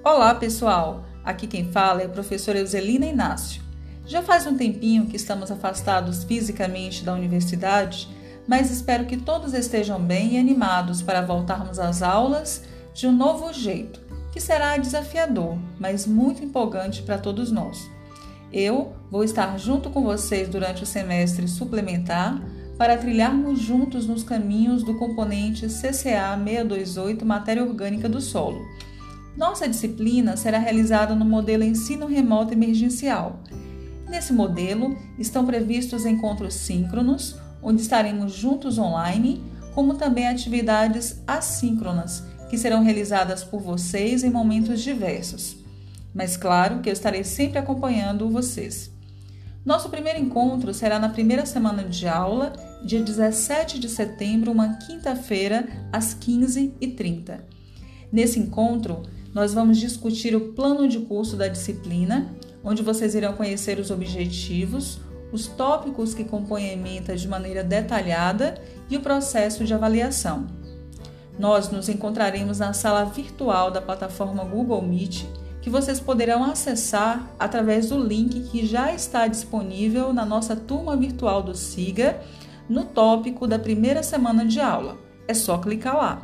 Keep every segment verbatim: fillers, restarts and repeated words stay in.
Olá, pessoal! Aqui quem fala é a professora Euselina Inácio. Já faz um tempinho que estamos afastados fisicamente da universidade, mas espero que todos estejam bem e animados para voltarmos às aulas de um novo jeito, que será desafiador, mas muito empolgante para todos nós. Eu vou estar junto com vocês durante o semestre suplementar para trilharmos juntos nos caminhos do componente C C A seiscentos e vinte e oito Matéria Orgânica do Solo. Nossa disciplina será realizada no modelo Ensino Remoto Emergencial. Nesse modelo, estão previstos encontros síncronos, onde estaremos juntos online, como também atividades assíncronas, que serão realizadas por vocês em momentos diversos. Mas claro que eu estarei sempre acompanhando vocês. Nosso primeiro encontro será na primeira semana de aula, dia dezessete de setembro, uma quinta-feira, às quinze e trinta. Nesse encontro, nós vamos discutir o plano de curso da disciplina, onde vocês irão conhecer os objetivos, os tópicos que compõem a ementa de maneira detalhada e o processo de avaliação. Nós nos encontraremos na sala virtual da plataforma Google Meet, que vocês poderão acessar através do link que já está disponível na nossa turma virtual do SIGA, no tópico da primeira semana de aula. É só clicar lá.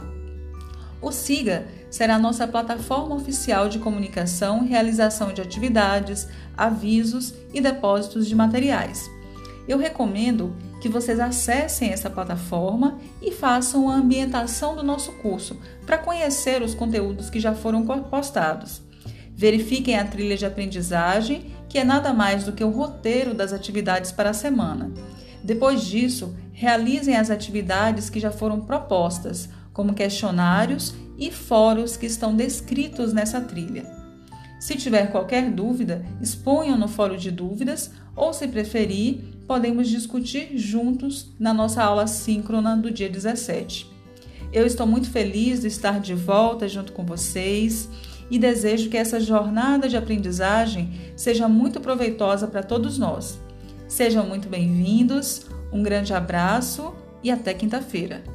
O SIGA será a nossa plataforma oficial de comunicação e realização de atividades, avisos e depósitos de materiais. Eu recomendo que vocês acessem essa plataforma e façam a ambientação do nosso curso para conhecer os conteúdos que já foram postados. Verifiquem a trilha de aprendizagem, que é nada mais do que o roteiro das atividades para a semana. Depois disso, realizem as atividades que já foram propostas, como questionários e fóruns que estão descritos nessa trilha. Se tiver qualquer dúvida, exponham no fórum de dúvidas ou, se preferir, podemos discutir juntos na nossa aula síncrona do dia dezessete. Eu estou muito feliz de estar de volta junto com vocês e desejo que essa jornada de aprendizagem seja muito proveitosa para todos nós. Sejam muito bem-vindos, um grande abraço e até quinta-feira.